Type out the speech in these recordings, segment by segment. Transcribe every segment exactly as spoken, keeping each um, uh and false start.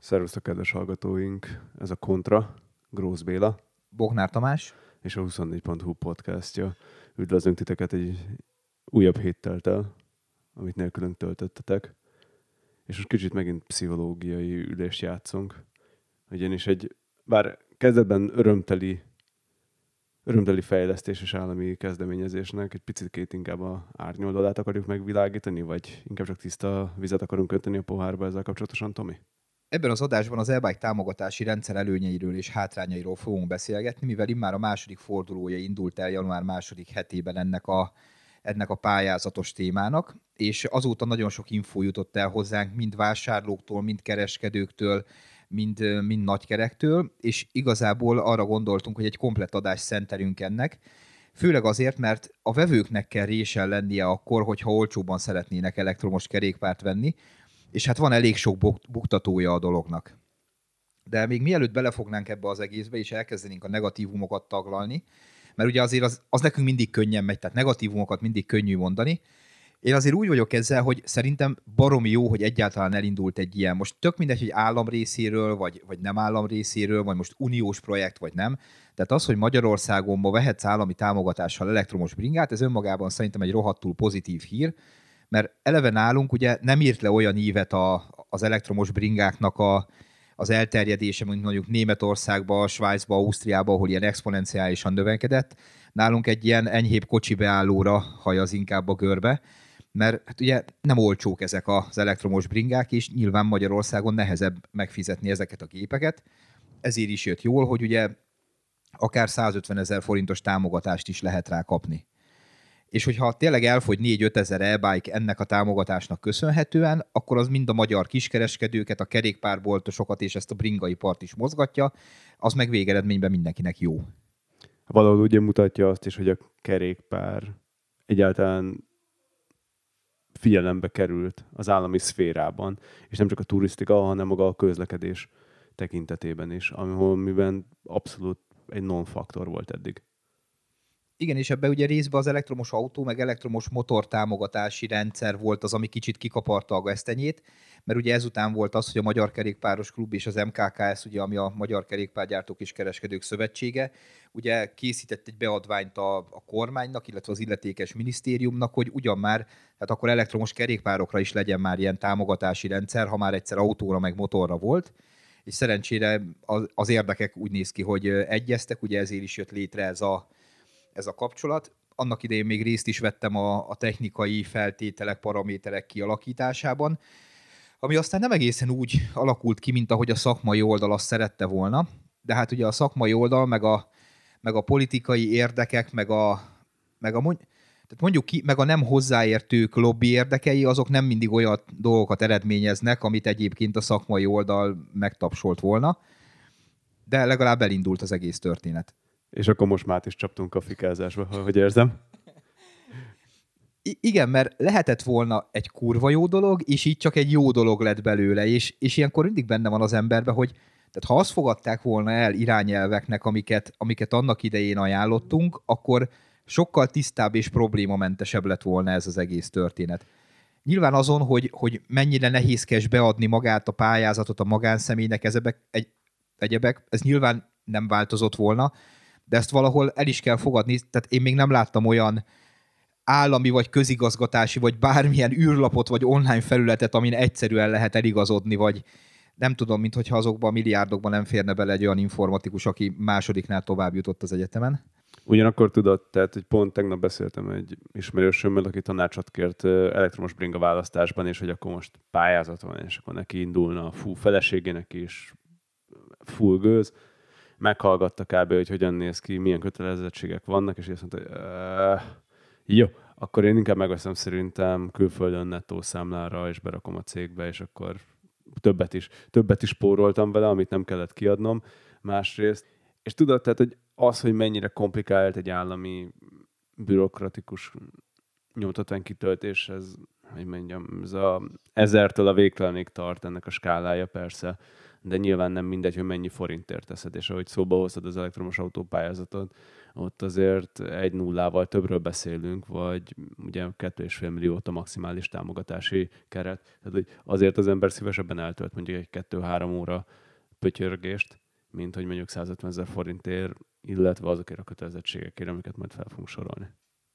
Szervusztok, kedves hallgatóink! Ez a Kontra, Grósz Béla Bognár Tamás és a huszonnégy pont hu podcastja. Üdvözlünk titeket egy újabb héttel el, amit nélkülünk töltöttetek. És most kicsit megint pszichológiai ülést játszunk. Ugyanis egy, bár kezdetben örömteli, örömteli fejlesztéses állami kezdeményezésnek egy picit inkább a árnyoldalát akarjuk megvilágítani, vagy inkább csak tiszta vizet akarunk önteni a pohárba ezzel kapcsolatosan, Tomi? Ebben az adásban az e-bike támogatási rendszer előnyeiről és hátrányairól fogunk beszélgetni, mivel immár a második fordulója indult el január második hetében ennek a, ennek a pályázatos témának, és azóta nagyon sok infó jutott el hozzánk, mind vásárlóktól, mind kereskedőktől, mind, mind nagykerektől, és igazából arra gondoltunk, hogy egy komplett adást szentelünk ennek, főleg azért, mert a vevőknek kell résen lennie akkor, hogyha olcsóban szeretnének elektromos kerékpárt venni, és hát van elég sok buktatója a dolognak. De még mielőtt belefognánk ebbe az egészbe, és elkezdenénk a negatívumokat taglalni, mert ugye azért az, az nekünk mindig könnyen megy, tehát negatívumokat mindig könnyű mondani. Én azért úgy vagyok ezzel, hogy szerintem baromi jó, hogy egyáltalán elindult egy ilyen. Most tök mindegy, hogy állam részéről, vagy, vagy nem állam részéről, vagy most uniós projekt, vagy nem. Tehát az, hogy Magyarországon ma vehetsz állami támogatással elektromos bringát, ez önmagában szerintem egy rohadtul pozitív hír, mert eleve nálunk ugye nem írt le olyan ívet a, az elektromos bringáknak a, az elterjedése, mint mondjuk Németországba, Svájcba, Ausztriába, ahol ilyen exponenciálisan növekedett. Nálunk egy ilyen enyhébb kocsi beállóra hajaz inkább a görbe, mert hát ugye nem olcsók ezek az elektromos bringák, és nyilván Magyarországon nehezebb megfizetni ezeket a gépeket. Ezért is jött jól, hogy ugye akár százötvenezer forintos támogatást is lehet rá kapni. És hogyha tényleg elfogy négy-öt ezer e-bike ennek a támogatásnak köszönhetően, akkor az mind a magyar kiskereskedőket, a kerékpárboltosokat és ezt a bringaipart is mozgatja, az meg végeredményben mindenkinek jó. Valahol ugye mutatja azt is, hogy a kerékpár egyáltalán figyelembe került az állami szférában, és nem csak a turisztika, hanem maga a közlekedés tekintetében is, amiben abszolút egy non-faktor volt eddig. Igen, és ebben ugye részben az elektromos autó, meg elektromos motor támogatási rendszer volt az, ami kicsit kikaparta a gesztenyét, mert ugye ezután volt az, hogy a Magyar Kerékpáros Klub és az em ká ká es, ugye, ami a Magyar Kerékpárgyártók és Kereskedők Szövetsége, ugye készített egy beadványt a, a kormánynak, illetve az illetékes minisztériumnak, hogy ugyan már, tehát akkor elektromos kerékpárokra is legyen már ilyen támogatási rendszer, ha már egyszer autóra meg motorra volt, és szerencsére az, az érdekek úgy néz ki, hogy egyeztek, ugye ezért is jött létre ez a ez a kapcsolat. Annak idején még részt is vettem a, a technikai feltételek, paraméterek kialakításában, ami aztán nem egészen úgy alakult ki, mint ahogy a szakmai oldal azt szerette volna, de hát ugye a szakmai oldal, meg a, meg a politikai érdekek, meg a, meg a mond, tehát mondjuk ki, meg a nem hozzáértők lobby érdekei, azok nem mindig olyan dolgokat eredményeznek, amit egyébként a szakmai oldal megtapsolt volna, de legalább elindult az egész történet. És akkor most már is csaptunk a fikázásba, hogy érzem. I- igen, mert lehetett volna egy kurva jó dolog, és így csak egy jó dolog lett belőle, és, és ilyenkor mindig benne van az emberben, hogy tehát ha azt fogadták volna el irányelveknek, amiket, amiket annak idején ajánlottunk, akkor sokkal tisztább és problémamentesebb lett volna ez az egész történet. Nyilván azon, hogy, hogy mennyire nehézkes beadni magát a pályázatot a magánszemélynek, ezebek, egy, egyebek, ez nyilván nem változott volna, de ezt valahol el is kell fogadni, tehát én még nem láttam olyan állami vagy közigazgatási, vagy bármilyen űrlapot, vagy online felületet, amin egyszerűen lehet eligazodni, vagy nem tudom, minthogyha azokban a milliárdokban nem férne bele egy olyan informatikus, aki másodiknál tovább jutott az egyetemen. Ugyanakkor tudod, tehát hogy pont tegnap beszéltem egy ismerősömmel, aki tanácsot kért elektromos bringa választásban, és hogy akkor most pályázat van, és akkor neki indulna a fú feleségének is full gőz. Meghallgatta kb. Hogy hogyan néz ki, milyen kötelezettségek vannak, és azt mondta, hogy uh, jó, akkor én inkább megveszem szerintem külföldön nettó számlára, és berakom a cégbe, és akkor többet is, többet is spóroltam vele, amit nem kellett kiadnom másrészt. És tudod, tehát, hogy az, hogy mennyire komplikált egy állami bürokratikus nyomtatványkitöltés, ez, hogy mondjam, ez a ezertől a végtelenig tart ennek a skálája persze, de nyilván nem mindegy, hogy mennyi forintért teszed, és ahogy szóba hoztad az elektromos autópályázatot, ott azért egy nullával többről beszélünk, vagy ugye kettő és fél milliót a maximális támogatási keret. Tehát hogy azért az ember szívesebben eltölt mondjuk egy kettő-három óra pötyörgést, mint hogy mondjuk százötvenezer forintért, illetve azokért a kötelezettségekért, amiket majd fel fogunk sorolni.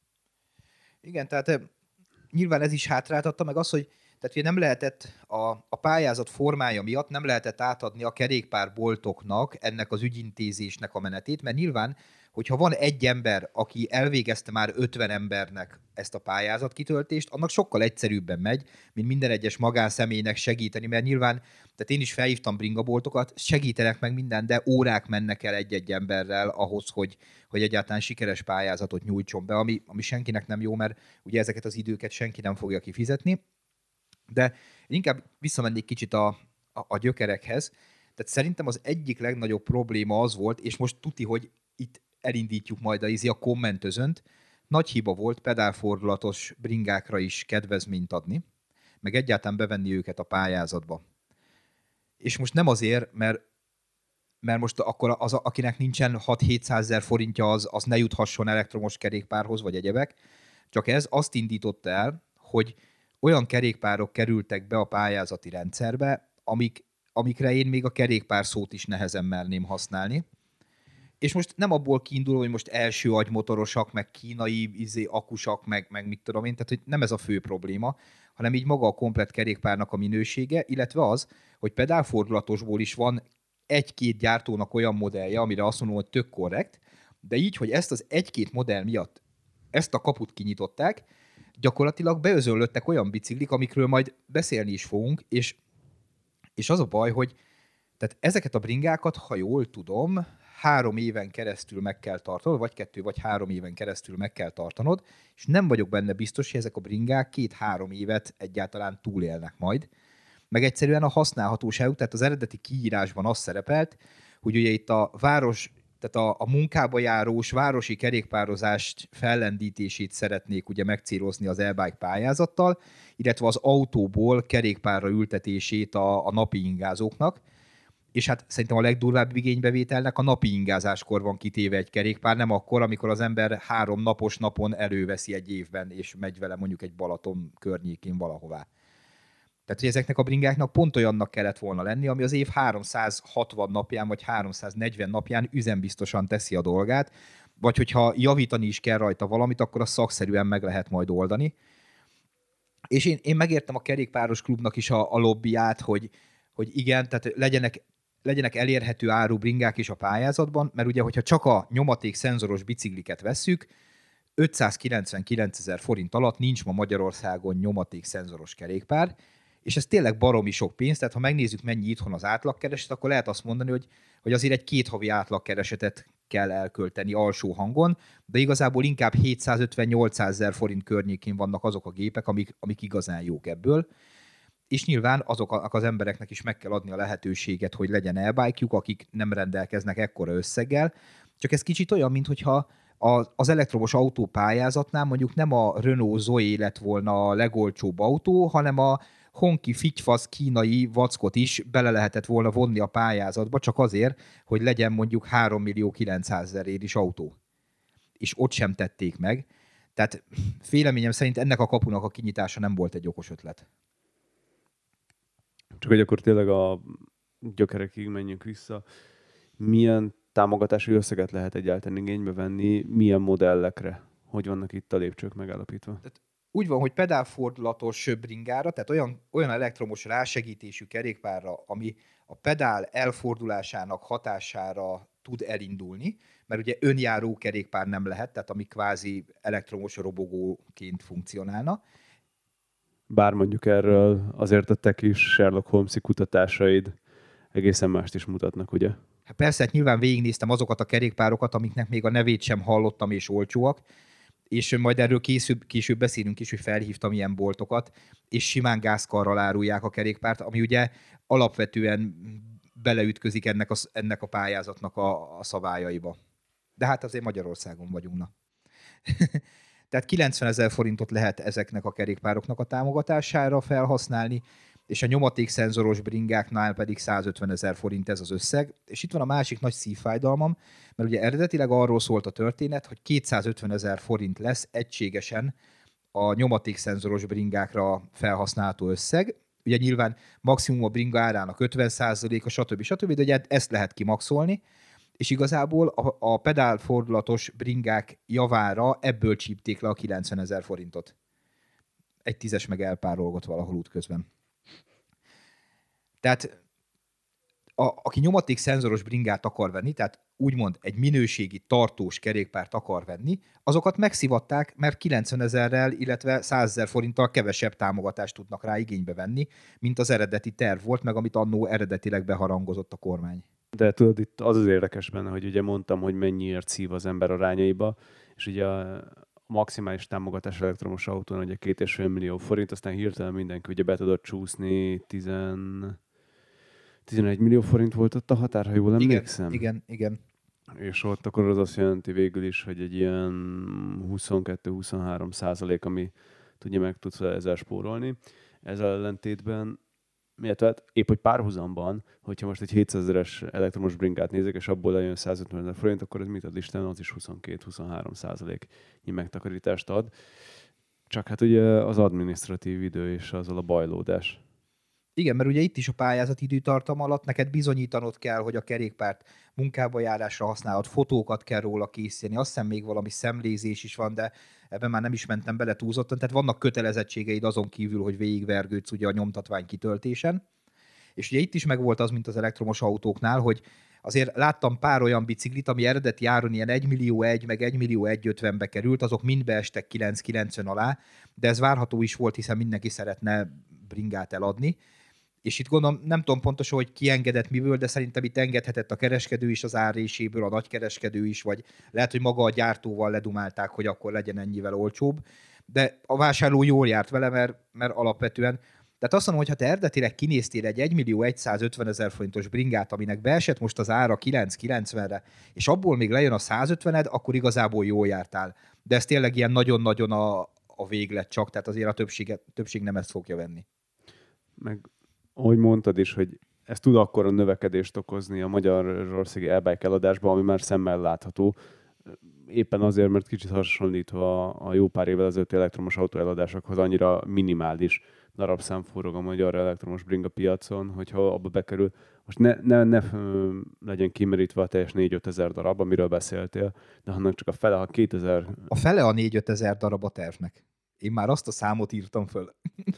Igen, tehát nyilván ez is hátráltatta meg az, hogy tehát ugye nem lehetett a, a pályázat formája miatt nem lehetett átadni a kerékpárboltoknak ennek az ügyintézésnek a menetét, mert nyilván, hogyha van egy ember, aki elvégezte már ötven embernek ezt a pályázatkitöltést, annak sokkal egyszerűbben megy, mint minden egyes magánszemélynek segíteni, mert nyilván, tehát én is felhívtam bringaboltokat, segítenek meg minden, de órák mennek el egy-egy emberrel ahhoz, hogy, hogy egyáltalán sikeres pályázatot nyújtson be, ami, ami senkinek nem jó, mert ugye ezeket az időket senki nem fogja kifizetni. De inkább visszamennék kicsit a, a, a gyökerekhez. Tehát szerintem az egyik legnagyobb probléma az volt, és most tuti, hogy itt elindítjuk majd a, ízi a kommentözönt, nagy hiba volt pedálfordulatos bringákra is kedvezményt adni, meg egyáltalán bevenni őket a pályázatba. És most nem azért, mert, mert most akkor az, akinek nincsen hat-hétszázezer forintja, az, az ne juthasson elektromos kerékpárhoz, vagy egyebek, csak ez azt indította el, hogy olyan kerékpárok kerültek be a pályázati rendszerbe, amik, amikre én még a kerékpár szót is nehezen merném használni. És most nem abból kiindul, hogy most első agymotorosak, meg kínai izé, akusak, meg, meg mit tudom én, tehát hogy nem ez a fő probléma, hanem így maga a komplett kerékpárnak a minősége, illetve az, hogy pedálfordulatosból is van egy-két gyártónak olyan modellje, amire azt mondom, hogy tök korrekt, de így, hogy ezt az egy-két modell miatt ezt a kaput kinyitották, gyakorlatilag beözöllöttek olyan biciklik, amikről majd beszélni is fogunk, és, és az a baj, hogy tehát ezeket a bringákat, ha jól tudom, három éven keresztül meg kell tartanod, vagy kettő, vagy három éven keresztül meg kell tartanod, és nem vagyok benne biztos, hogy ezek a bringák két-három évet egyáltalán túlélnek majd. Meg egyszerűen a használhatóságuk, tehát az eredeti kiírásban az szerepelt, hogy ugye itt a város, tehát a, a munkába járós városi kerékpározást fellendítését szeretnék ugye megcélozni az e-bike pályázattal, illetve az autóból kerékpárra ültetését a, a napi ingázóknak. És hát szerintem a legdurvább igénybevételnek a napi ingázáskor van kitéve egy kerékpár, nem akkor, amikor az ember három napos napon előveszi egy évben, és megy vele mondjuk egy Balaton környékén valahová. Tehát, hogy ezeknek a bringáknak pont olyannak kellett volna lenni, ami az év háromszázhatvan napján, vagy háromszáznegyven napján üzembiztosan teszi a dolgát, vagy hogyha javítani is kell rajta valamit, akkor azt szakszerűen meg lehet majd oldani. És én, én megértem a kerékpáros klubnak is a, a lobbyját, hogy, hogy igen, tehát legyenek legyenek elérhető áru bringák is a pályázatban, mert ugye, hogyha csak a nyomaték szenzoros bicikliket vesszük, ötszázkilencvenkilencezer forint alatt nincs ma Magyarországon nyomaték szenzoros kerékpár, és ez tényleg baromi sok pénz, tehát ha megnézzük, mennyi itthon az átlagkereset, akkor lehet azt mondani, hogy, hogy azért egy két havi átlagkeresetet kell elkölteni alsó hangon, de igazából inkább hétszázötven-nyolcszázezer forint környékén vannak azok a gépek, amik, amik igazán jók ebből. És nyilván azoknak az embereknek is meg kell adni a lehetőséget, hogy legyen e-bike-juk, akik nem rendelkeznek ekkora összeggel. Csak ez kicsit olyan, mintha az elektromos autópályázatnál mondjuk nem a Renault Zoe lett volna a legolcsóbb autó, hanem a honki figyfasz kínai vackot is bele lehetett volna vonni a pályázatba, csak azért, hogy legyen mondjuk három millió kilencszázezerért is autó. És ott sem tették meg. Tehát véleményem szerint ennek a kapunak a kinyitása nem volt egy okos ötlet. Csak hogy akkor tényleg a gyökerekig menjünk vissza. Milyen támogatási összeget lehet egyáltalán igénybe venni, milyen modellekre? Hogy vannak itt a lépcsők megállapítva? Tehát úgy van, hogy pedálfordulatos bringára, tehát olyan, olyan elektromos rásegítésű kerékpárra, ami a pedál elfordulásának hatására tud elindulni, mert ugye önjáró kerékpár nem lehet, tehát ami kvázi elektromos robogóként funkcionálna. Bár mondjuk erről azért a te kis Sherlock Holmes-i kutatásaid egészen mást is mutatnak, ugye? Hát persze, hát nyilván végignéztem azokat a kerékpárokat, amiknek még a nevét sem hallottam és olcsóak, és majd erről később, később beszélünk is, hogy felhívtam ilyen boltokat, és simán gázkarral árulják a kerékpárt, ami ugye alapvetően beleütközik ennek a, ennek a pályázatnak a, a szabályaiba. De hát azért Magyarországon vagyunk, na. Tehát kilencvenezer forintot lehet ezeknek a kerékpároknak a támogatására felhasználni, és a nyomatékszenzoros bringáknál pedig százötvenezer forint ez az összeg. És itt van a másik nagy szívfájdalmam, mert ugye eredetileg arról szólt a történet, hogy kétszázötvenezer forint lesz egységesen a nyomatékszenzoros bringákra felhasználható összeg. Ugye nyilván maximum a bringa árának ötven százaléka, stb. stb., de ugye ezt lehet kimaxolni, és igazából a, a pedálfordulatos bringák javára ebből csípték le a kilencvenezer forintot. Egy tízes meg elpárolgott valahol útközben. Tehát a, aki nyomaték szenzoros bringát akar venni, tehát úgymond egy minőségi, tartós kerékpárt akar venni, azokat megszivatták, mert kilencvenezerrel, illetve százezer forinttal kevesebb támogatást tudnak rá igénybe venni, mint az eredeti terv volt, meg amit annó eredetileg beharangozott a kormány. De tudod, itt az az érdekes benne, hogy ugye mondtam, hogy mennyiért szív az ember arányaiba, és ugye a maximális támogatás elektromos autón ugye két és fél millió forint, aztán hirtelen mindenki ugye be tudott csúszni tizen... tizenegy millió forint volt ott a határ, ha jól emlékszem. Igen, igen, igen. És ott akkor az azt jelenti végül is, hogy egy ilyen huszonkettő-huszonhárom százalék, ami tudja meg tudsz ezzel spórolni. Ezzel ellentétben, hát épp hogy párhuzamban, hogyha most egy hétszázezeres elektromos bringát nézek, és abból lejön százötvenezer forint, akkor ez mit ad Isten, az is huszonkettő-huszonhárom százaléknyi megtakarítást ad. Csak hát ugye az adminisztratív idő és azzal a bajlódás. Igen, mert ugye itt is a pályázat időtartam alatt neked bizonyítanod kell, hogy a kerékpárt munkába járásra használod, fotókat kell róla készíteni, azt hiszem még valami szemlézés is van, de ebben már nem is mentem bele túlzottan, tehát vannak kötelezettségeid azon kívül, hogy végigvergődsz ugye a nyomtatvány kitöltésen. És ugye itt is megvolt az, mint az elektromos autóknál, hogy azért láttam pár olyan biciklit, ami eredeti áron ilyen egy millió egy, meg egy millió ötvenbe került, azok mind beestek kilenc kilencven alá, de ez várható is volt, hiszen mindenki szeretne bringát eladni. És itt gondolom, nem tudom pontosan, hogy ki engedett miből, de szerintem itt engedhetett a kereskedő is az árréséből, a nagykereskedő is, vagy lehet, hogy maga a gyártóval ledumálták, hogy akkor legyen ennyivel olcsóbb. De a vásárló jól járt vele, mert, mert alapvetően, tehát azt mondom, hogy ha te eredetileg kinéztél egy egy millió százötvenezer forintos bringát, aminek beesett most az ára kilenc kilencvenre, és abból még lejön a százötvened, akkor igazából jól jártál. De ez tényleg ilyen nagyon-nagyon a, a véglet csak, tehát azért a többség, többség nem ezt fogja venni. Meg ahogy mondtad is, hogy ez tud akkora növekedést okozni a magyarországi e-bike eladásban, ami már szemmel látható. Éppen azért, mert kicsit hasonlítva a jó pár évvel ezelőtti elektromos autó eladásokhoz annyira minimális darabszám forog a magyar elektromos bringa piacon, hogyha abba bekerül. Most ne, ne, ne legyen kimerítve a teljes négy-öt ezer darab, amiről beszéltél, de annak csak a fele, ha kétezer... A fele a négy-öt ezer darab a tervnek. Én már azt a számot írtam föl.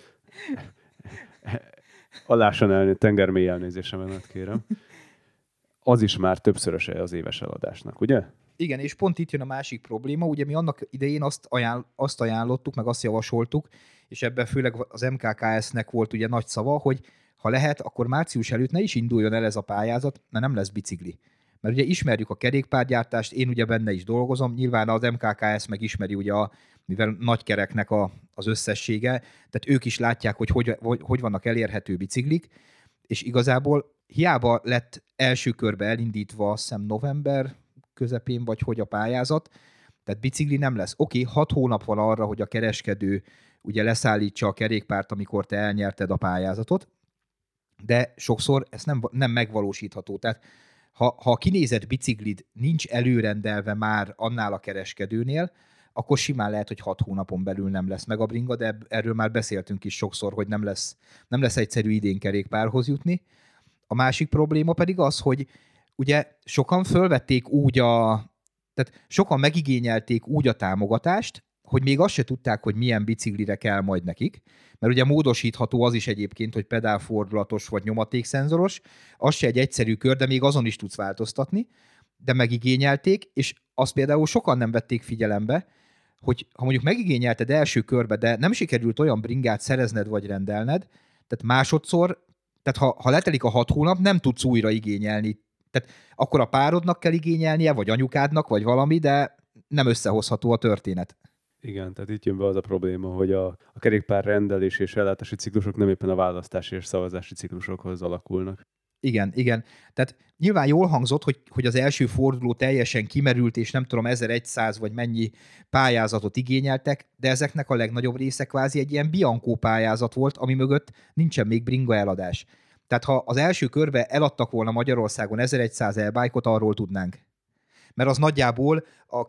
Alássan elni, tengermély elnézésemet kérem. Az is már többszöröse az éves eladásnak, ugye? Igen, és pont itt jön a másik probléma. Ugye mi annak idején azt, ajánl, azt ajánlottuk, meg azt javasoltuk, és ebben főleg az em ká ká es-nek volt ugye nagy szava, hogy ha lehet, akkor március előtt ne is induljon el ez a pályázat, mert nem lesz bicikli. Mert ugye ismerjük a kerékpárgyártást, én ugye benne is dolgozom, nyilván az em ká ká es meg ismeri ugye a, mivel nagykereknek a, az összessége, tehát ők is látják, hogy hogy, hogy hogy vannak elérhető biciklik, és igazából hiába lett első körbe elindítva, azt hiszem november közepén, vagy hogy a pályázat, tehát bicikli nem lesz. Oké, okay, hat hónap van arra, hogy a kereskedő ugye leszállítsa a kerékpárt, amikor te elnyerted a pályázatot, de sokszor ez nem, nem megvalósítható. Tehát ha, ha a kinézett biciklid nincs előrendelve már annál a kereskedőnél, akkor simán lehet, hogy hat hónapon belül nem lesz meg a bringa, de erről már beszéltünk is sokszor, hogy nem lesz, nem lesz egyszerű idén kerékpárhoz jutni. A másik probléma pedig az, hogy ugye sokan fölvették úgy a... Tehát sokan megigényelték úgy a támogatást, hogy még azt se tudták, hogy milyen biciklire kell majd nekik, mert ugye módosítható az is egyébként, hogy pedálfordulatos vagy nyomatékszenzoros, az se egy egyszerű kör, de még azon is tudsz változtatni, de megigényelték, és azt például sokan nem vették figyelembe, hogy ha mondjuk megigényelted első körbe, de nem sikerült olyan bringát szerezned vagy rendelned, tehát másodszor, tehát ha, ha letelik a hat hónap, nem tudsz újra igényelni. Tehát akkor a párodnak kell igényelnie, vagy anyukádnak, vagy valami, de nem összehozható a történet. Igen, tehát itt jön be az a probléma, hogy a, a kerékpár rendelés és ellátási ciklusok nem éppen a választási és szavazási ciklusokhoz alakulnak. Igen, igen. Tehát nyilván jól hangzott, hogy, hogy az első forduló teljesen kimerült, és nem tudom, ezerszáz vagy mennyi pályázatot igényeltek, de ezeknek a legnagyobb része kvázi egy ilyen Bianco pályázat volt, ami mögött nincsen még bringa eladás. Tehát ha az első körbe eladtak volna Magyarországon ezerszáz e-bike-ot, arról tudnánk. Mert az nagyjából a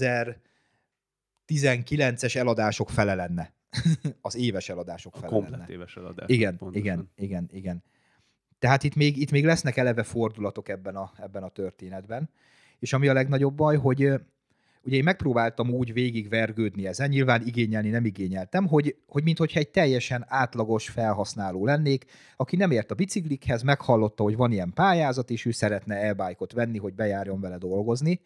kétezer-tizenkilences eladások fele lenne. Az éves eladások fele a komplet lenne. éves eladás. Igen, igen, igen, igen. Tehát itt még, itt még lesznek eleve fordulatok ebben a, ebben a történetben. És ami a legnagyobb baj, hogy ugye én megpróbáltam úgy végigvergődni ezen, nyilván igényelni nem igényeltem, hogy, hogy minthogyha egy teljesen átlagos felhasználó lennék, aki nem ért a biciklikhez, meghallotta, hogy van ilyen pályázat, és ő szeretne e-bike-ot venni, hogy bejárjon vele dolgozni.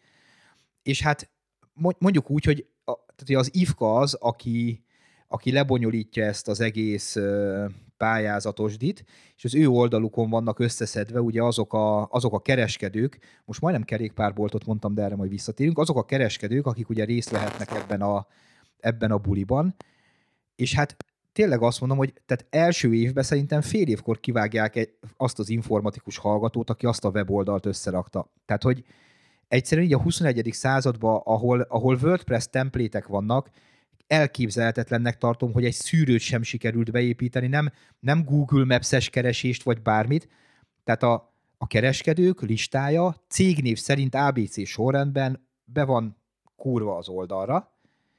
És hát mondjuk úgy, hogy, a, tehát, hogy az IFKA az, aki, aki lebonyolítja ezt az egész pályázatosdit, és az ő oldalukon vannak összeszedve ugye azok a, azok a kereskedők, most majdnem kerékpárboltot mondtam, de erre majd visszatérünk, azok a kereskedők, akik ugye részt vehetnek ebben a, ebben a buliban, és hát tényleg azt mondom, hogy tehát első évben szerintem fél évkor kivágják azt az informatikus hallgatót, aki azt a weboldalt összerakta. Tehát, hogy egyszerűen így a huszonegyedik században, ahol, ahol WordPress templétek vannak, elképzelhetetlennek tartom, hogy egy szűrőt sem sikerült beépíteni, nem, nem Google Maps-es keresést, vagy bármit. Tehát a, a kereskedők listája cégnév szerint á bé cé sorrendben be van kurva az oldalra,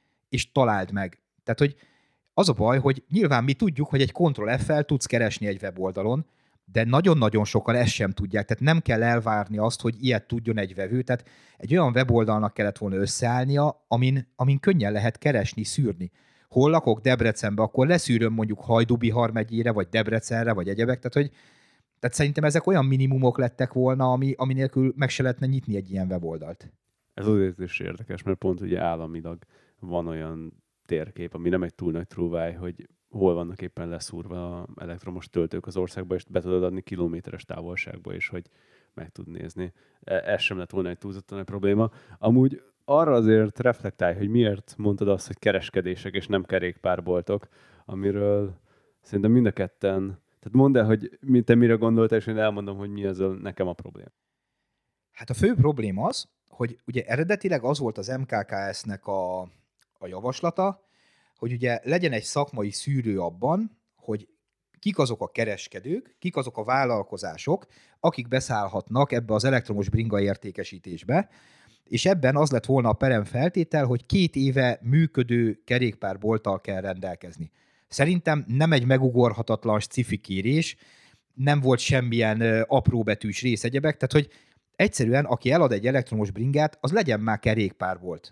és találd meg. Tehát, hogy az a baj, hogy nyilván mi tudjuk, hogy egy Ctrl F-fel tudsz keresni egy weboldalon, de nagyon-nagyon sokan ezt sem tudják, tehát nem kell elvárni azt, hogy ilyet tudjon egy vevő, tehát egy olyan weboldalnak kellett volna összeállnia, amin, amin könnyen lehet keresni, szűrni. Hol lakok Debrecenbe, akkor leszűröm mondjuk Hajdú-Bihar megyére, vagy Debrecenre, vagy egyebek, tehát, hogy, tehát szerintem ezek olyan minimumok lettek volna, ami, ami nélkül meg se lehetne nyitni egy ilyen weboldalt. Ez azért is érdekes, mert pont ugye államilag van olyan térkép, ami nem egy túl nagy trúváj, hogy hol vannak éppen leszúrva elektromos töltők az országba, és be tudod adni kilométeres távolságba is, hogy meg tud nézni. Ez sem lett volna egy túlzottan nagy probléma. Amúgy arra azért reflektálj, hogy miért mondtad azt, hogy kereskedések és nem kerékpárboltok, amiről szerintem mind a ketten, tehát mondd el, hogy te mire gondoltál, és én elmondom, hogy mi ezzel nekem a probléma. Hát a fő probléma az, hogy ugye eredetileg az volt az em ká ká es-nek a, a javaslata, hogy ugye legyen egy szakmai szűrő abban, hogy kik azok a kereskedők, kik azok a vállalkozások, akik beszállhatnak ebbe az elektromos bringa értékesítésbe, és ebben az lett volna a peremfeltétel, hogy két éve működő kerékpárbolttal kell rendelkezni. Szerintem nem egy megugorhatatlan sci-fi kérés, nem volt semmilyen apróbetűs rész egyebek, tehát hogy egyszerűen, aki elad egy elektromos bringát, az legyen már kerékpárbolt.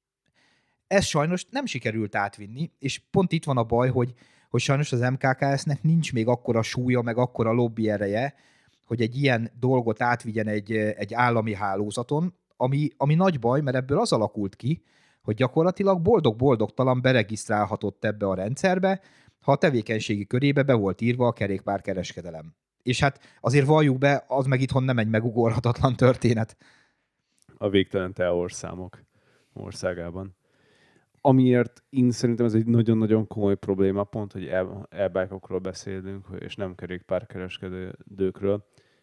Ez sajnos nem sikerült átvinni, és pont itt van a baj, hogy, hogy sajnos az em ká ká es-nek nincs még akkora súlya, meg akkora lobby ereje, hogy egy ilyen dolgot átvigyen egy, egy állami hálózaton, ami, ami nagy baj, mert ebből az alakult ki, hogy gyakorlatilag boldog-boldogtalan beregisztrálhatott ebbe a rendszerbe, ha a tevékenységi körébe be volt írva a kerékpárkereskedelem. És hát azért valljuk be, az meg itthon nem egy megugorhatatlan történet. A végtelen teorszámok országában. Amiért én szerintem ez egy nagyon-nagyon komoly probléma, pont, hogy e-bike-okról beszélünk, és nem kerékpárkereskedőkről,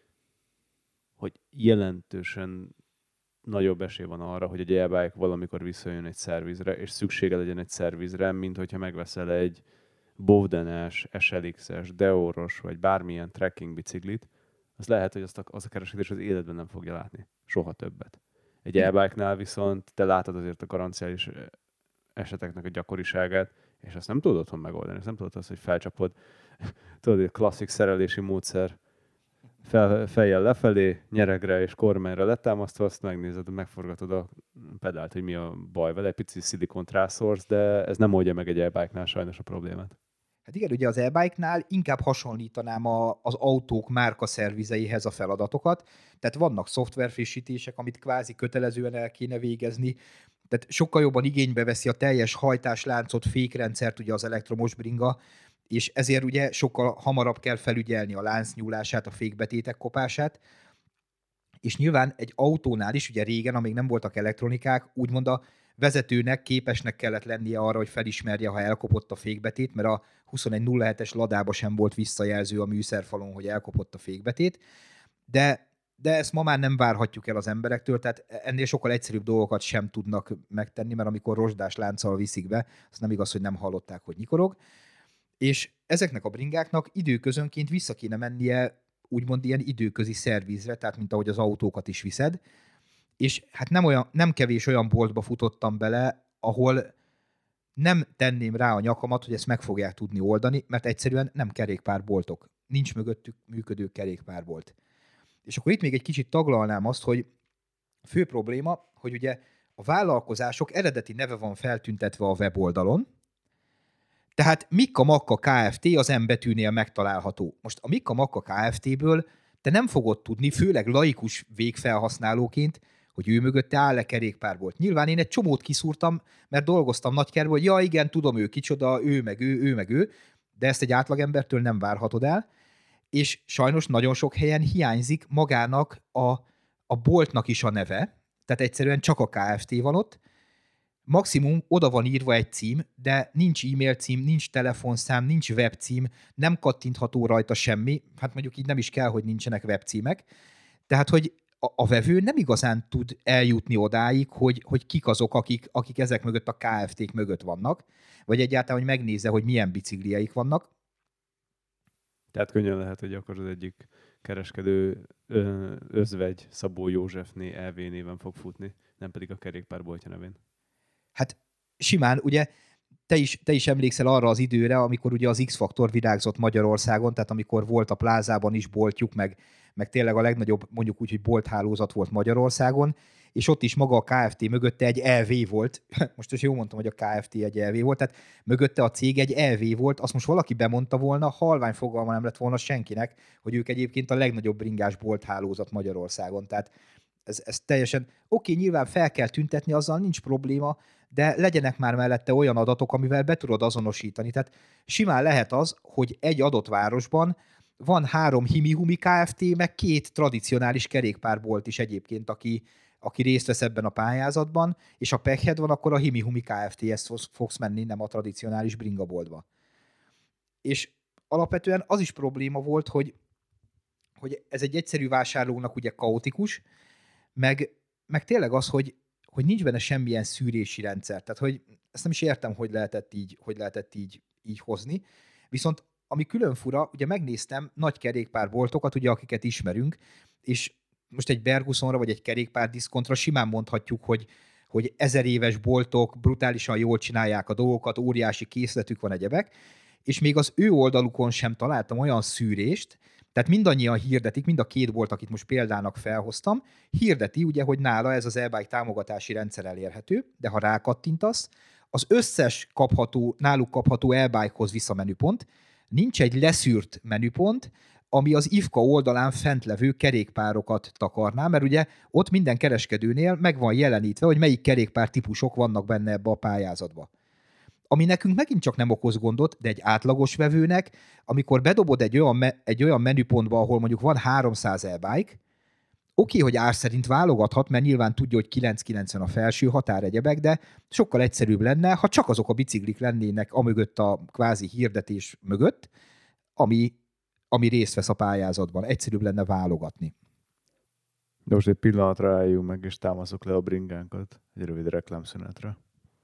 hogy jelentősen nagyobb esély van arra, hogy egy e-bike valamikor visszajön egy szervizre, és szüksége legyen egy szervizre, mint hogyha megveszel egy Bowden-es, es el iksz-es, Deoros, vagy bármilyen trekking biciklit, az lehet, hogy azt a, az a kereskedés az életben nem fogja látni. Soha többet. Egy e-bike-nál viszont te látod azért a garanciális eseteknek a gyakoriságát, és azt nem tudod otthon megoldani. Azt nem tudod azt, hogy felcsapod. Tudod, hogy a klasszik szerelési módszer fel, fejjel lefelé, nyeregre és kormányra letámasztva, azt megnézed, megforgatod a pedált, hogy mi a baj vele, egy pici szilikont rászórsz, de ez nem oldja meg egy e-bike-nál sajnos a problémát. Hát igen, ugye az e-bike-nál inkább hasonlítanám a, az autók márkaszervizeihez a feladatokat, tehát vannak szoftverfrissítések, amit kvázi kötelezően el kéne végezni, tehát sokkal jobban igénybe veszi a teljes hajtásláncot, fékrendszert ugye az elektromos bringa, és ezért ugye sokkal hamarabb kell felügyelni a láncnyúlását, a fékbetétek kopását, és nyilván egy autónál is, ugye régen, amíg nem voltak elektronikák, úgymond a vezetőnek képesnek kellett lennie arra, hogy felismerje, ha elkopott a fékbetét, mert a huszonegy nulla hetes ladába sem volt visszajelző a műszerfalon, hogy elkopott a fékbetét. de, de ezt ma már nem várhatjuk el az emberektől, tehát ennél sokkal egyszerűbb dolgokat sem tudnak megtenni, mert amikor rozsdás lánccal viszik be, az nem igaz, hogy nem hallották, hogy nyikorog. És ezeknek a bringáknak időközönként vissza kéne mennie úgymond ilyen időközi szervizre, tehát mint ahogy az autókat is viszed, és hát nem, olyan, nem kevés olyan boltba futottam bele, ahol nem tenném rá a nyakamat, hogy ezt meg fogják tudni oldani, mert egyszerűen nem kerékpárboltok. Nincs mögöttük működő kerékpárbolt. És akkor itt még egy kicsit taglalnám azt, hogy fő probléma, hogy ugye a vállalkozások eredeti neve van feltüntetve a weboldalon, tehát Mikka Makka Kft. Az M betűnél megtalálható. Most a Mikka Makka Kft.-ből te nem fogod tudni, főleg laikus végfelhasználóként, hogy ő mögötte áll-e kerékpárbolt. Nyilván én egy csomót kiszúrtam, mert dolgoztam Nagykertben, hogy ja igen, tudom, ő kicsoda, ő meg ő, ő meg ő, de ezt egy átlagembertől nem várhatod el, és sajnos nagyon sok helyen hiányzik magának a, a boltnak is a neve, tehát egyszerűen csak a Kft. Van ott, maximum oda van írva egy cím, de nincs e-mail cím, nincs telefonszám, nincs webcím, nem kattintható rajta semmi, hát mondjuk így nem is kell, hogy nincsenek webcímek, tehát hogy a, a vevő nem igazán tud eljutni odáig, hogy, hogy kik azok, akik, akik ezek mögött a Kft-k mögött vannak, vagy egyáltalán, hogy megnézze, hogy milyen biciklieik vannak. Tehát könnyen lehet, hogy akkor az egyik kereskedő özvegy Szabó Józsefné é vé néven fog futni, nem pedig a kerékpárboltja nevén. Hát simán, ugye te is, te is emlékszel arra az időre, amikor ugye az X-faktor virágzott Magyarországon, tehát amikor volt a plázában is boltjuk, meg, meg tényleg a legnagyobb, mondjuk úgy, hogy bolthálózat volt Magyarországon, és ott is maga a Kft. Mögötte egy é vé volt. Most is jól mondtam, hogy a Kft. Egy é vé volt, tehát mögötte a cég egy é vé volt, azt most valaki bemondta volna, halvány fogalma nem lett volna senkinek, hogy ők egyébként a legnagyobb bringás bolthálózat Magyarországon. Tehát ez, ez teljesen, oké, nyilván fel kell tüntetni, azzal nincs probléma, de legyenek már mellette olyan adatok, amivel be tudod azonosítani. Tehát simán lehet az, hogy egy adott városban van három Himi-Humi Kft., meg két tradicionális kerékpárbolt is egyébként, aki, aki részt vesz ebben a pályázatban, és ha pekhed van, akkor a Himi-Humi Kft.-hez fogsz menni, nem a tradicionális bringaboltba. És alapvetően az is probléma volt, hogy, hogy ez egy egyszerű vásárlónak ugye kaotikus, meg, meg tényleg az, hogy hogy nincs benne semmilyen szűrési rendszer. Tehát, hogy ezt nem is értem, hogy lehetett így, hogy lehetett így, így hozni. Viszont ami külön fura, ugye megnéztem nagy kerékpárboltokat, ugye akiket ismerünk, és most egy Bergusonra vagy egy kerékpárdiszkontra simán mondhatjuk, hogy, hogy ezer éves boltok brutálisan jól csinálják a dolgokat, óriási készletük van egyebek, és még az ő oldalukon sem találtam olyan szűrést, tehát mindannyian hirdetik, mind a két bolt, akit most példának felhoztam, hirdeti ugye, hogy nála ez az e-bike támogatási rendszer elérhető, de ha rákattintasz, az összes kapható, náluk kapható e-bikehoz vissza menüpont, nincs egy leszűrt menüpont, ami az ifka oldalán fent levő kerékpárokat takarná, mert ugye ott minden kereskedőnél meg van jelenítve, hogy melyik kerékpár típusok vannak benne ebbe a pályázatba. Ami nekünk megint csak nem okoz gondot, de egy átlagos vevőnek, amikor bedobod egy olyan, me- egy olyan menüpontba, ahol mondjuk van háromszáz e-bike, oké, hogy ár szerint válogathat, mert nyilván tudja, hogy kilenc kilencven a felső határ egyebek, de sokkal egyszerűbb lenne, ha csak azok a biciklik lennének amögött a kvázi hirdetés mögött, ami, ami részt vesz a pályázatban. Egyszerűbb lenne válogatni. De most egy pillanatra álljunk meg, és támaszok le a bringánkat egy rövid reklámszünetre.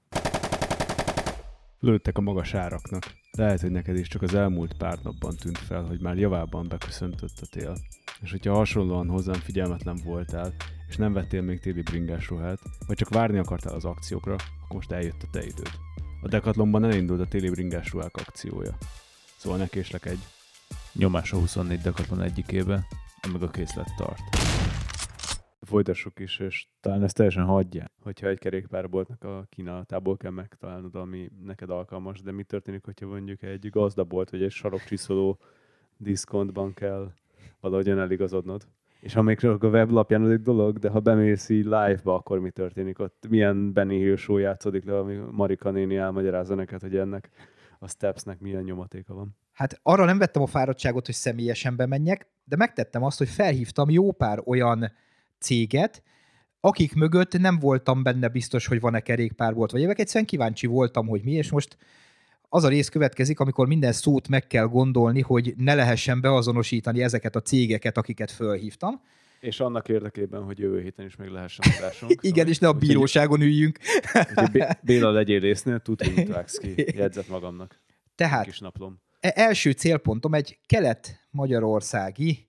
Lőttek a magas áraknak. Lehet, hogy neked is csak az elmúlt pár napban tűnt fel, hogy már javában beköszöntött a tél. És hogyha hasonlóan hozzám figyelmetlen voltál, és nem vettél még téli bringás ruhát, vagy csak várni akartál az akciókra, akkor most eljött a te időd. A Decathlonban elindult a téli bringás ruhák akciója. Szóval ne késlekedj. Nyomás a huszonnégy Decathlon egyikébe, amíg a készlet tart. Folytassuk is, és talán ezt teljesen hagyják, hogyha egy kerékpárboltnak a kínálatából kell megtalálnod, ami neked alkalmas, de mi történik, hogyha mondjuk egy gazdabolt, vagy egy sarokcsiszoló diszkontban kell valahogyan eligazodnod. És ha még a weblapján az egy dolog, de ha bemész így live-ba, akkor mi történik? Ott milyen Benny Hill show játszódik le, ami Marika néni elmagyarázza neked, hogy ennek a Stepsnek milyen nyomatéka van. Hát arra nem vettem a fáradtságot, hogy személyesen bemenjek, de megtettem azt, hogy felhívtam jó pár olyan céget, akik mögött nem voltam benne biztos, hogy van-e kerékpárbolt, vagy évek egyszerűen kíváncsi voltam, hogy mi, és most az a rész következik, amikor minden szót meg kell gondolni, hogy ne lehessen beazonosítani ezeket a cégeket, akiket fölhívtam. És annak érdekében, hogy jövő héten is meg lehessen adásunk. Igen, szóval, és ne a bíróságon üljünk. Úgyhogy Béla legyél résznél, tud, hogy mit vágsz ki. Jegyzet magamnak. Tehát kis naplom. Első célpontom egy kelet-magyarországi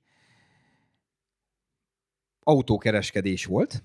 autókereskedés volt.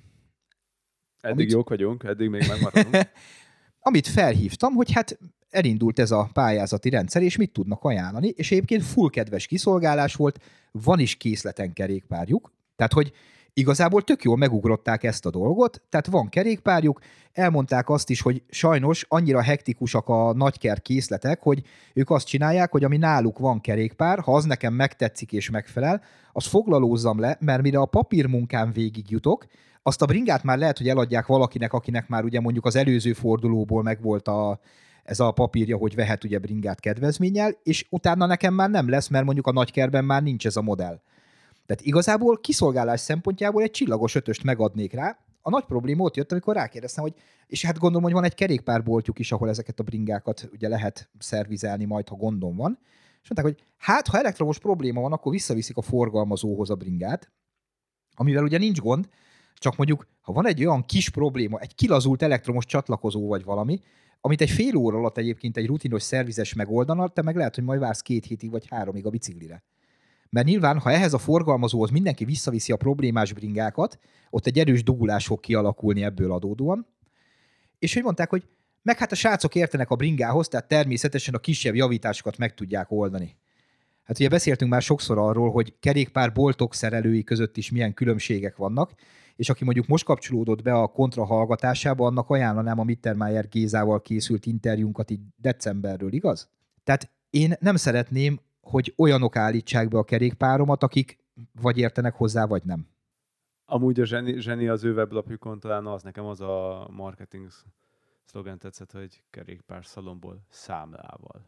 Eddig amit... jók vagyunk, eddig még megmaradunk. Amit felhívtam, hogy hát elindult ez a pályázati rendszer, és mit tudnak ajánlani, és egyébként full kedves kiszolgálás volt, van is készleten kerékpárjuk, tehát hogy igazából tök jól megugrották ezt a dolgot, tehát van kerékpárjuk, elmondták azt is, hogy sajnos annyira hektikusak a nagyker készletek, hogy ők azt csinálják, hogy ami náluk van kerékpár, ha az nekem megtetszik és megfelel, azt foglalózzam le, mert mire a papírmunkán végig jutok, azt a bringát már lehet, hogy eladják valakinek, akinek már ugye mondjuk az előző fordulóból megvolt a, ez a papírja, hogy vehet ugye bringát kedvezménnyel, és utána nekem már nem lesz, mert mondjuk a nagykerben már nincs ez a modell. Tehát igazából kiszolgálás szempontjából egy csillagos ötöst megadnék rá. A nagy probléma ott jött, amikor rákérdeztem, hogy és hát gondolom, hogy van egy kerékpárboltjuk is, ahol ezeket a bringákat ugye lehet szervizelni majd, ha gondom van. És mondták, hogy hát, ha elektromos probléma van, akkor visszaviszik a forgalmazóhoz a bringát, amivel ugye nincs gond, csak mondjuk, ha van egy olyan kis probléma, egy kilazult elektromos csatlakozó vagy valami, amit egy fél óra alatt egyébként egy rutinos szervizes megoldana, te meg lehet, hogy majd vársz két hétig vagy háromig a biciklire. Mert nyilván, ha ehhez a forgalmazóhoz mindenki visszaviszi a problémás bringákat, ott egy erős dugulás fog kialakulni ebből adódóan. És hogy mondták, hogy meg hát a srácok értenek a bringához, tehát természetesen a kisebb javításokat meg tudják oldani. Hát ugye beszéltünk már sokszor arról, hogy kerékpárboltok szerelői között is milyen különbségek vannak, és aki mondjuk most kapcsolódott be a kontra hallgatásába, annak ajánlanám a Mittermeier Gézával készült interjúnkat így decemberről, igaz? Tehát én nem szeretném, hogy olyanok állítsák be a kerékpáromat, akik vagy értenek hozzá, vagy nem. Amúgy a zseni, zseni az ő weblapjukon talán az nekem az a marketing szlogen tetszett, hogy kerékpár szalomból számlával.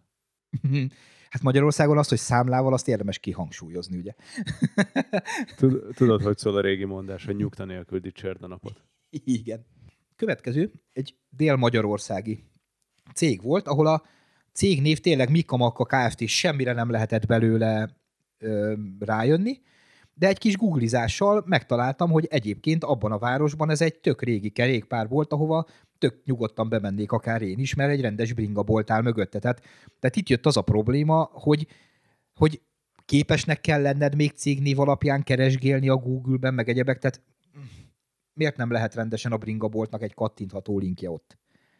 Hát Magyarországon azt, hogy számlával, azt érdemes kihangsúlyozni, ugye? Tudod, hogy szól a régi mondás, hogy nyugta nélkül dicsérd a napot. Igen. Következő egy dél-magyarországi cég volt, ahol a cégnév tényleg Mikka Makka Kft. Semmire nem lehetett belőle ö, rájönni, de egy kis googlizással megtaláltam, hogy egyébként abban a városban ez egy tök régi kerékpár volt, ahova tök nyugodtan bemennék akár én is, mert egy rendes bringabolt áll mögötte. Tehát, tehát itt jött az a probléma, hogy, hogy képesnek kell lenned még cégnév alapján keresgélni a Google-ben, meg egyebek, tehát miért nem lehet rendesen a bringaboltnak egy kattintható linkje ott?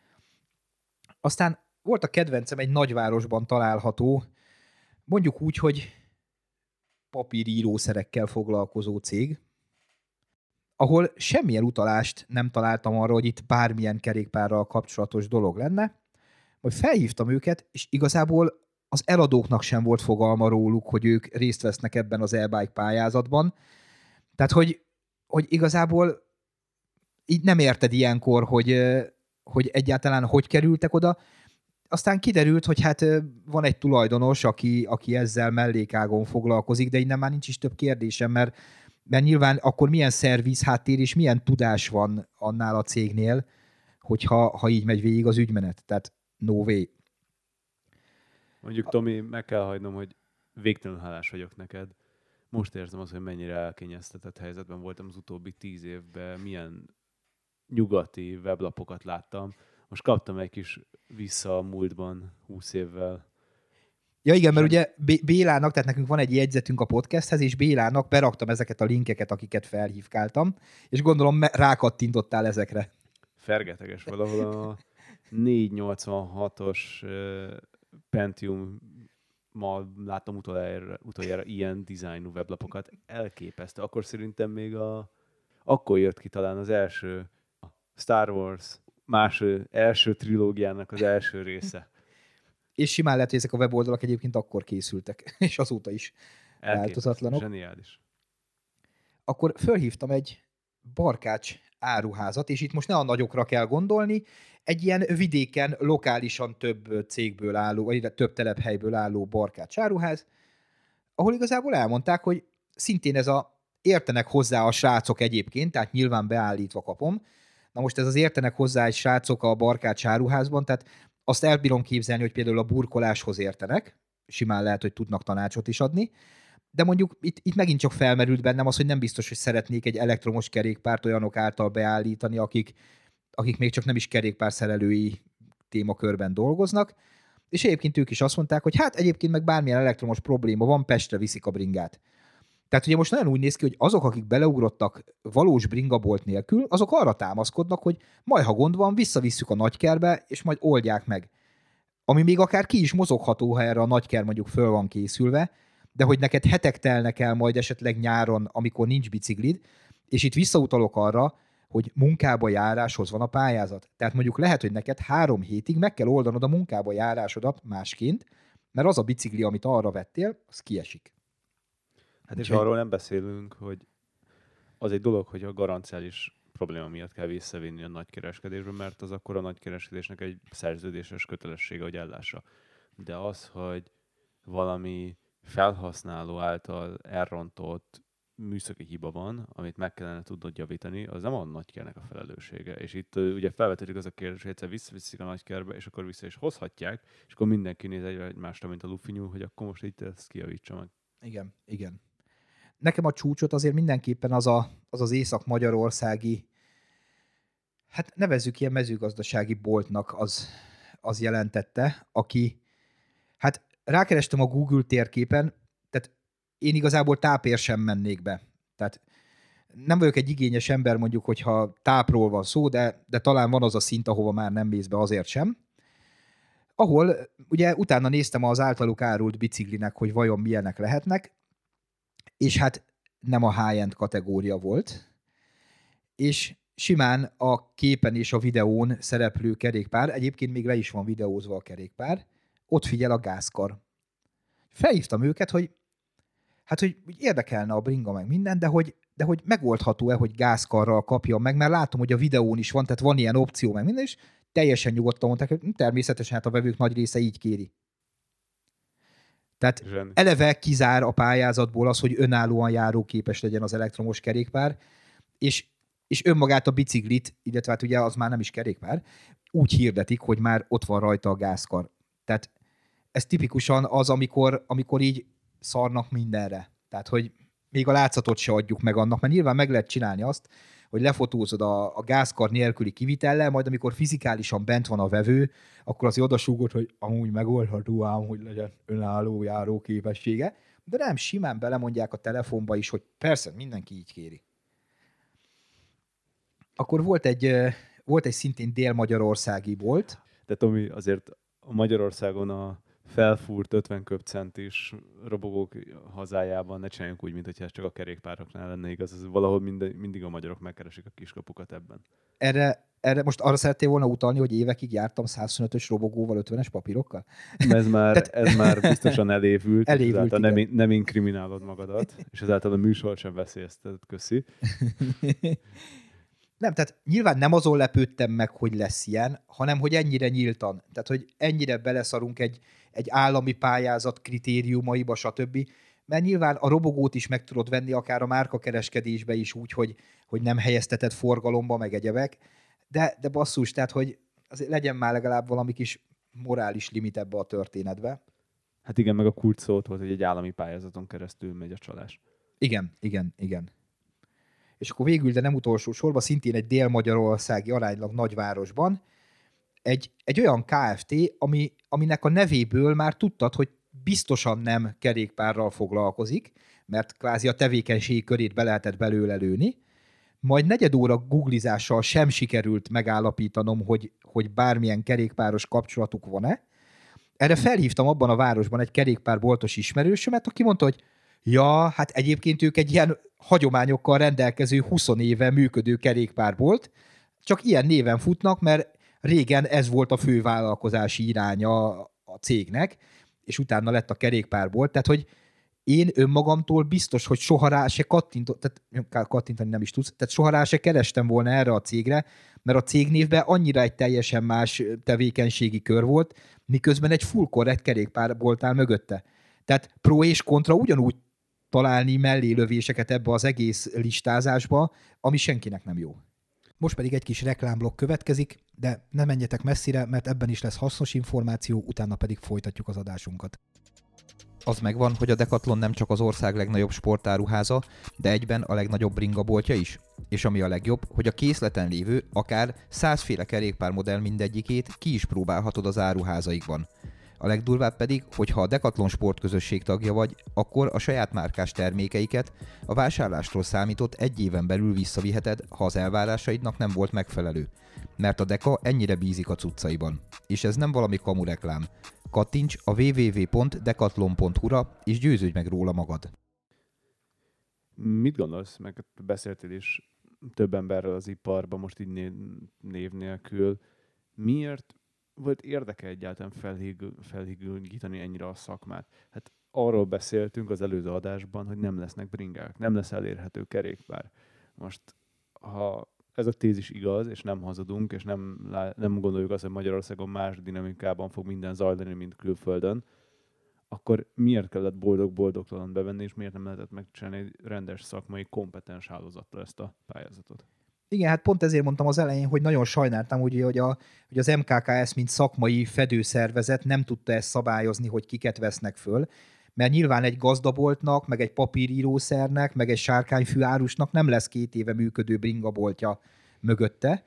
Aztán volt a kedvencem egy nagyvárosban található, mondjuk úgy, hogy papírírószerekkel foglalkozó cég, ahol semmilyen utalást nem találtam arra, hogy itt bármilyen kerékpárral kapcsolatos dolog lenne, majd felhívtam őket, és igazából az eladóknak sem volt fogalma róluk, hogy ők részt vesznek ebben az e-bike pályázatban. Tehát, hogy, hogy igazából így nem érted ilyenkor, hogy, hogy egyáltalán hogy kerültek oda. Aztán kiderült, hogy hát van egy tulajdonos, aki, aki ezzel mellékágon foglalkozik, de innen már nincs is több kérdésem, mert, mert nyilván akkor milyen szerviz háttér és milyen tudás van annál a cégnél, hogyha ha így megy végig az ügymenet. Tehát no way. Mondjuk, Tomi, meg kell hagynom, hogy végtelenül hálás vagyok neked. Most érzem azt, hogy mennyire elkényeztetett helyzetben voltam az utóbbi tíz évben, milyen nyugati weblapokat láttam. Most kaptam egy kis vissza a múltban húsz évvel. Ja igen, mert ugye Bélának, tehát nekünk van egy jegyzetünk a podcasthez, és Bélának beraktam ezeket a linkeket, akiket felhívkáltam, és gondolom rákattintottál ezekre. Fergeteges, valahol a négyszáznyolcvanhatos Pentium ma láttam utoljára, utoljára ilyen dizájnú weblapokat. Elképesztő. Akkor szerintem még a... Akkor jött ki talán az első Star Wars más első trilógiának az első része. És simán lehet, hogy ezek a weboldalak egyébként akkor készültek, és azóta is változatlanok. Zseniális. Akkor fölhívtam egy Barkács áruházat, és itt most ne a nagyokra kell gondolni, egy ilyen vidéken lokálisan több cégből álló, vagy több telephelyből álló Barkács áruház, ahol igazából elmondták, hogy szintén ez a értenek hozzá a srácok egyébként, tehát nyilván beállítva kapom. Na most ez az értenek hozzá egy srácok a Barkács áruházban, tehát azt elbírom képzelni, hogy például a burkoláshoz értenek, simán lehet, hogy tudnak tanácsot is adni, de mondjuk itt, itt megint csak felmerült bennem az, hogy nem biztos, hogy szeretnék egy elektromos kerékpárt olyanok által beállítani, akik, akik még csak nem is kerékpárszerelői témakörben dolgoznak, és egyébként ők is azt mondták, hogy hát egyébként meg bármilyen elektromos probléma van, Pestre viszik a bringát. Tehát ugye most nagyon úgy néz ki, hogy azok, akik beleugrottak valós bringabolt nélkül, azok arra támaszkodnak, hogy majd ha gond van, visszavisszük a nagykerbe, és majd oldják meg. Ami még akár ki is mozogható, ha erre a nagyker mondjuk föl van készülve, de hogy neked hetek telnek el majd esetleg nyáron, amikor nincs biciklid, és itt visszautalok arra, hogy munkába járáshoz van a pályázat. Tehát mondjuk lehet, hogy neked három hétig meg kell oldanod a munkába járásodat másként, mert az a bicikli, amit arra vettél, az kiesik. Hát és arról nem beszélünk, hogy az egy dolog, hogy a garanciális probléma miatt kell visszavinni a nagykereskedésbe, mert az akkor a nagykereskedésnek egy szerződéses kötelessége, hogy ellássa. De az, hogy valami felhasználó által elrontott műszaki hiba van, amit meg kellene tudnod javítani, az nem a nagykernek a felelőssége. És itt uh, ugye felvetődik az a kérdés, hogy egyszer visszaviszik a nagykerbe, és akkor vissza is hozhatják, és akkor mindenki néz egymásra, mint a lufinyú, hogy akkor most itt ezt kijavítsa meg. Igen, igen. Nekem a csúcsot azért mindenképpen az a, az, az észak-magyarországi, hát nevezzük ilyen mezőgazdasági boltnak az, az jelentette, aki, hát rákerestem a Google térképen, tehát én igazából tápért sem mennék be. Tehát nem vagyok egy igényes ember mondjuk, hogyha tápról van szó, de, de talán van az a szint, ahova már nem mész be, azért sem. Ahol ugye utána néztem az általuk árult biciklinek, hogy vajon milyenek lehetnek, és hát nem a high-end kategória volt, és simán a képen és a videón szereplő kerékpár, egyébként még le is van videózva a kerékpár, ott figyel a gázkar. Felhívtam őket, hogy hát, hogy érdekelne a bringa meg minden, de hogy, de hogy megoldható-e, hogy gázkarral kapja meg, mert látom, hogy a videón is van, tehát van ilyen opció meg minden, és teljesen nyugodtan mondták, hogy természetesen hát a vevők nagy része így kéri. Tehát Zseni. Eleve kizár a pályázatból az, hogy önállóan járóképes legyen az elektromos kerékpár, és, és önmagát a biciklit, illetve hát ugye az már nem is kerékpár, úgy hirdetik, hogy már ott van rajta a gázkar. Tehát ez tipikusan az, amikor, amikor így szarnak mindenre. Tehát, hogy még a látszatot se adjuk meg annak, mert nyilván meg lehet csinálni azt, hogy lefotózod a, a gázkar nélküli kivitellel, majd amikor fizikálisan bent van a vevő, akkor azért odasúgod, hogy amúgy megoldható ám, hogy legyen önálló járó képessége, de nem, simán belemondják a telefonba is, hogy persze, mindenki így kéri. Akkor volt egy, volt egy szintén dél-magyarországi bolt. De Tomi, azért a Magyarországon a felfúrt ötven köbcentis robogók hazájában ne csináljunk úgy, mintha ez csak a kerékpároknál lenne igaz. Ez valahol minden, mindig a magyarok megkeresik a kiskapukat ebben. Erre, erre most arra szerettél volna utalni, hogy évekig jártam száz huszonötös robogóval, ötvenes papírokkal? Ez már, Tehát... ez már biztosan elévült. Elévült, nem, nem inkriminálod magadat, és ezáltal a műsor sem veszélyeztet. Köszi. Nem, tehát nyilván nem azon lepődtem meg, hogy lesz ilyen, hanem hogy ennyire nyíltan. Tehát, hogy ennyire beleszarunk egy, egy állami pályázat kritériumaiba, stb. Mert nyilván a robogót is meg tudod venni akár a márkakereskedésbe is úgy, hogy, hogy nem helyezteted forgalomba, meg egyebek. De, de basszus, tehát, hogy azért legyen már legalább valami kis morális limit ebbe a történetbe. Hát igen, meg a kult szót volt, hogy egy állami pályázaton keresztül megy a csalás. Igen, igen, igen. És akkor végül, de nem utolsó sorban, szintén egy dél-magyarországi aránylag nagyvárosban, egy, egy olyan ká ef té, ami, aminek a nevéből már tudtad, hogy biztosan nem kerékpárral foglalkozik, mert kvázi a tevékenység körét be lehetett belőle lőni, majd negyed óra googlizással sem sikerült megállapítanom, hogy, hogy bármilyen kerékpáros kapcsolatuk van-e. Erre felhívtam abban a városban egy kerékpárboltos ismerősömet, aki mondta, hogy ja, hát egyébként ők egy ilyen hagyományokkal rendelkező húsz éve működő kerékpárbolt, csak ilyen néven futnak, mert régen ez volt a fő vállalkozási iránya a cégnek, és utána lett a kerékpárbolt, tehát hogy én önmagamtól biztos, hogy soha rá se kattintott, tehát kattintani nem is tudsz, tehát soha rá se kerestem volna erre a cégre, mert a cégnévben annyira egy teljesen más tevékenységi kör volt, miközben egy full korrekt kerékpárbolt áll mögötte. Tehát pro és kontra ugyanúgy találni mellélövéseket ebbe az egész listázásba, ami senkinek nem jó. Most pedig egy kis reklámblokk következik, de ne menjetek messzire, mert ebben is lesz hasznos információ, utána pedig folytatjuk az adásunkat. Az megvan, hogy a Decathlon nem csak az ország legnagyobb sportáruháza, de egyben a legnagyobb bringaboltja is. És ami a legjobb, hogy a készleten lévő, akár százféle kerékpármodell mindegyikét ki is próbálhatod az áruházaikban. A legdurvább pedig, hogy ha a Decathlon sportközösség tagja vagy, akkor a saját márkás termékeiket a vásárlástól számított egy éven belül visszaviheted, ha az elvárásaidnak nem volt megfelelő. Mert a Deca ennyire bízik a cuccaiban. És ez nem valami kamu reklám. Kattints a double-u double-u double-u pont decathlon pont hu-ra és győződj meg róla magad. Mit gondolsz, meg beszéltél is több emberrel az iparban, most így név nélkül. Miért volt érdeke egyáltalán felhígítani ennyire a szakmát? Hát arról beszéltünk az előző adásban, hogy nem lesznek bringák, nem lesz elérhető kerékpár. Most, ha ez a tézis igaz, és nem hazudunk, és nem, nem gondoljuk azt, hogy Magyarországon más dinamikában fog minden zajlani, mint külföldön, akkor miért kellett boldog-boldogtalan bevenni, és miért nem lehetett megcsinálni egy rendes szakmai, kompetens hálózattal ezt a pályázatot? Igen, hát pont ezért mondtam az elején, hogy nagyon sajnáltam, ugye, hogy, a, hogy az em ká ká es, mint szakmai fedőszervezet nem tudta ezt szabályozni, hogy kiket vesznek föl, mert nyilván egy gazdaboltnak, meg egy papírírószernek, meg egy sárkányfű árusnak nem lesz két éve működő bringaboltja mögötte.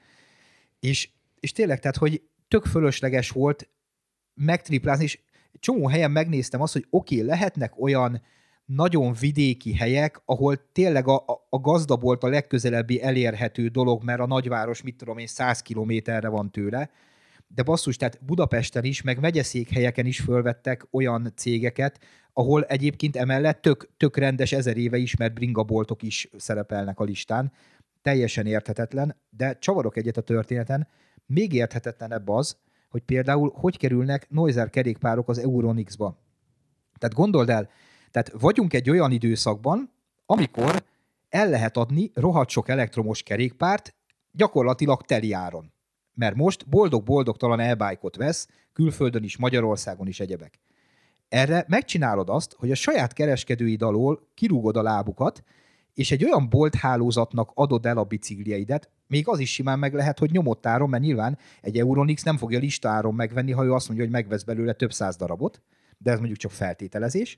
És, és tényleg, tehát, hogy tök fölösleges volt megtriplázni, és csomó helyen megnéztem azt, hogy oké, okay, lehetnek olyan nagyon vidéki helyek, ahol tényleg a, a, a gazdabolt a legközelebbi elérhető dolog, mert a nagyváros, mit tudom én, száz kilométerre van tőle, de basszus, tehát Budapesten is, meg megyeszékhelyeken is fölvettek olyan cégeket, ahol egyébként emellett tök, tök rendes, ezer éve ismert bringaboltok is szerepelnek a listán. Teljesen érthetetlen, de csavarok egyet a történeten. Még érthetetlenebb az, hogy például hogy kerülnek Noiser kerékpárok az Euronix-ba. Tehát gondold el, tehát vagyunk egy olyan időszakban, amikor el lehet adni rohadt sok elektromos kerékpárt gyakorlatilag teli áron. Mert most boldog-boldogtalan e-bike-ot vesz, külföldön is, Magyarországon is egyebek. Erre megcsinálod azt, hogy a saját kereskedőid alól kirúgod a lábukat, és egy olyan bolthálózatnak adod el a biciklieidet, még az is simán meg lehet, hogy nyomott áron, mert nyilván egy Euronix nem fogja lista áron megvenni, ha ő azt mondja, hogy megvesz belőle több száz darabot, de ez mondjuk csak feltételezés,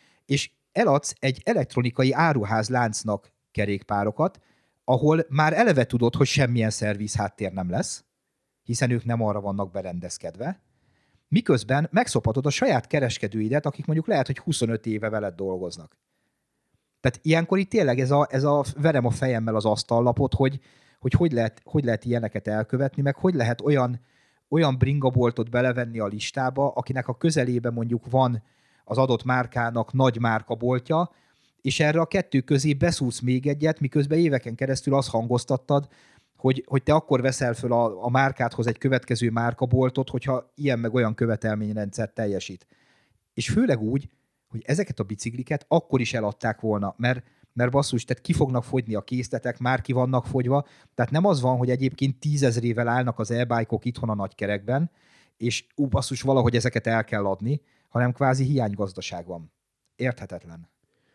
és eladsz egy elektronikai áruházláncnak kerékpárokat, ahol már eleve tudod, hogy semmilyen szerviz háttér nem lesz, hiszen ők nem arra vannak berendezkedve, miközben megszophatod a saját kereskedőidet, akik mondjuk lehet, hogy huszonöt éve veled dolgoznak. Tehát ilyenkor itt tényleg ez a, ez a verem a fejemmel az asztallapot, hogy hogy, hogy, lehet, hogy lehet ilyeneket elkövetni, meg hogy lehet olyan, olyan bringaboltot belevenni a listába, akinek a közelében mondjuk van az adott márkának nagy márkaboltja, és erre a kettő közé beszúrsz még egyet, miközben éveken keresztül azt hangoztattad, hogy, hogy te akkor veszel föl a, a márkádhoz egy következő márkaboltot, hogyha ilyen meg olyan követelményrendszert teljesít. És főleg úgy, hogy ezeket a bicikliket akkor is eladták volna, mert, mert basszus, tehát ki fognak fogyni a készletek, már ki vannak fogyva, tehát nem az van, hogy egyébként tízezrével állnak az e-bike-ok itthon a nagykerekben, és ú, basszus, valahogy ezeket el kell adni, hanem kvázi hiánygazdaság van. Érthetetlen.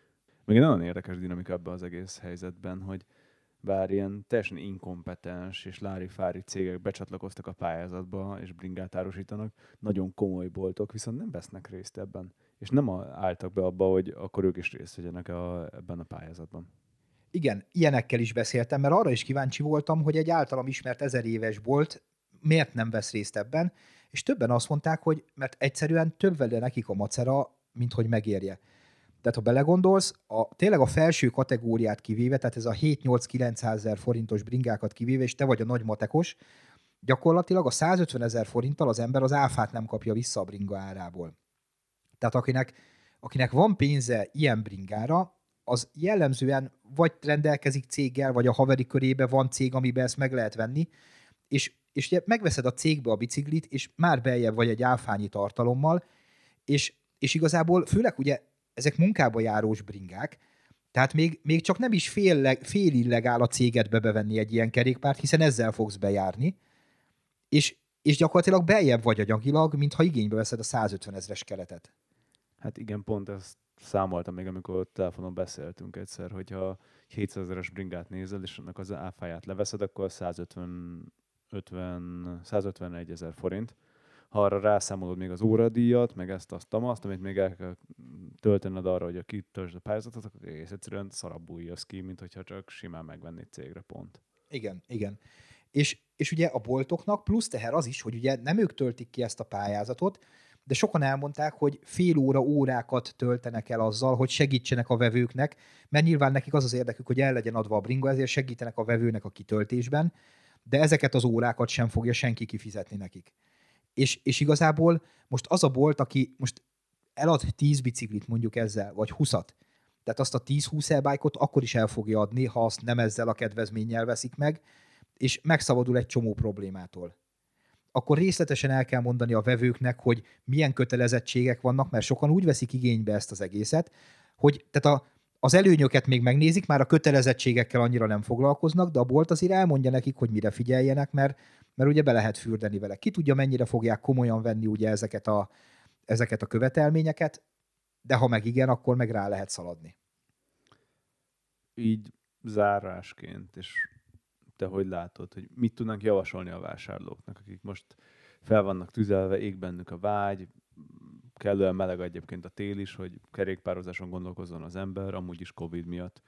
Még nagyon érdekes dinamika ebben az egész helyzetben, hogy bár ilyen teljesen inkompetens és lári-fári cégek becsatlakoztak a pályázatba, és bringát árusítanak, nagyon komoly boltok viszont nem vesznek részt ebben. És nem álltak be abba, hogy akkor ők is részt vegyenek a, ebben a pályázatban. Igen, ilyenekkel is beszéltem, mert arra is kíváncsi voltam, hogy egy általam ismert ezer éves bolt miért nem vesz részt ebben, és többen azt mondták, hogy mert egyszerűen több vele nekik a macera, mint hogy megérje. Tehát ha belegondolsz, a, tényleg a felső kategóriát kivéve, tehát ez a hét-nyolc-kilencszázezer forintos bringákat kivéve, és te vagy a nagy matekos, gyakorlatilag a százötvenezer forinttal az ember az áfát nem kapja vissza a bringa árából. Tehát akinek, akinek van pénze ilyen bringára, az jellemzően vagy rendelkezik céggel, vagy a haveri körébe van cég, amiben ezt meg lehet venni, és, és ugye megveszed a cégbe a biciklit, és már beljebb vagy egy áfányi tartalommal, és, és igazából főleg ugye ezek munkába járós bringák, tehát még, még csak nem is fél, fél illegál a cégedbe bevenni egy ilyen kerékpárt, hiszen ezzel fogsz bejárni, és, és gyakorlatilag beljebb vagy anyagilag, mintha igénybe veszed a százötven ezres keretet. Hát igen, pont ezt számoltam még, amikor telefonon beszéltünk egyszer, hogyha hétszázezeres bringát nézel, és annak az áfáját leveszed, akkor százötven, ötven, százötvenegy ezer forint. Ha arra rászámolod még az óradíjat, meg ezt, azt, azt, amit még el kell töltened arra, hogy a kitöltsd a pályázatot, akkor egész egyszerűen szarabbul jössz ki, mint hogyha csak simán megvennéd cégre, pont. Igen, igen. És, és ugye a boltoknak plusz teher az is, hogy ugye nem ők töltik ki ezt a pályázatot, de sokan elmondták, hogy fél óra, órákat töltenek el azzal, hogy segítsenek a vevőknek, mert nyilván nekik az az érdekük, hogy el legyen adva a bringa, ezért segítenek a vevőnek a kitöltésben, de ezeket az órákat sem fogja senki kifizetni nekik. És, és igazából most az a bolt, aki most elad tíz biciklit mondjuk ezzel, vagy húszat, tehát azt a tíz-húsz e-bike-ot akkor is el fogja adni, ha azt nem ezzel a kedvezménnyel veszik meg, és megszabadul egy csomó problémától. Akkor részletesen el kell mondani a vevőknek, hogy milyen kötelezettségek vannak, mert sokan úgy veszik igénybe ezt az egészet, hogy tehát a, az előnyöket még megnézik, már a kötelezettségekkel annyira nem foglalkoznak, de a bolt azért elmondja nekik, hogy mire figyeljenek, mert, mert ugye be lehet fürdeni vele. Ki tudja, mennyire fogják komolyan venni ugye ezeket a, ezeket a követelményeket, de ha meg igen, akkor meg rá lehet szaladni. Így zárásként, és te hogy látod, hogy mit tudnak javasolni a vásárlóknak, akik most fel vannak tüzelve, ég bennük a vágy, kellően meleg egyébként a tél is, hogy kerékpározáson gondolkozzon az ember, amúgy is Covid miatt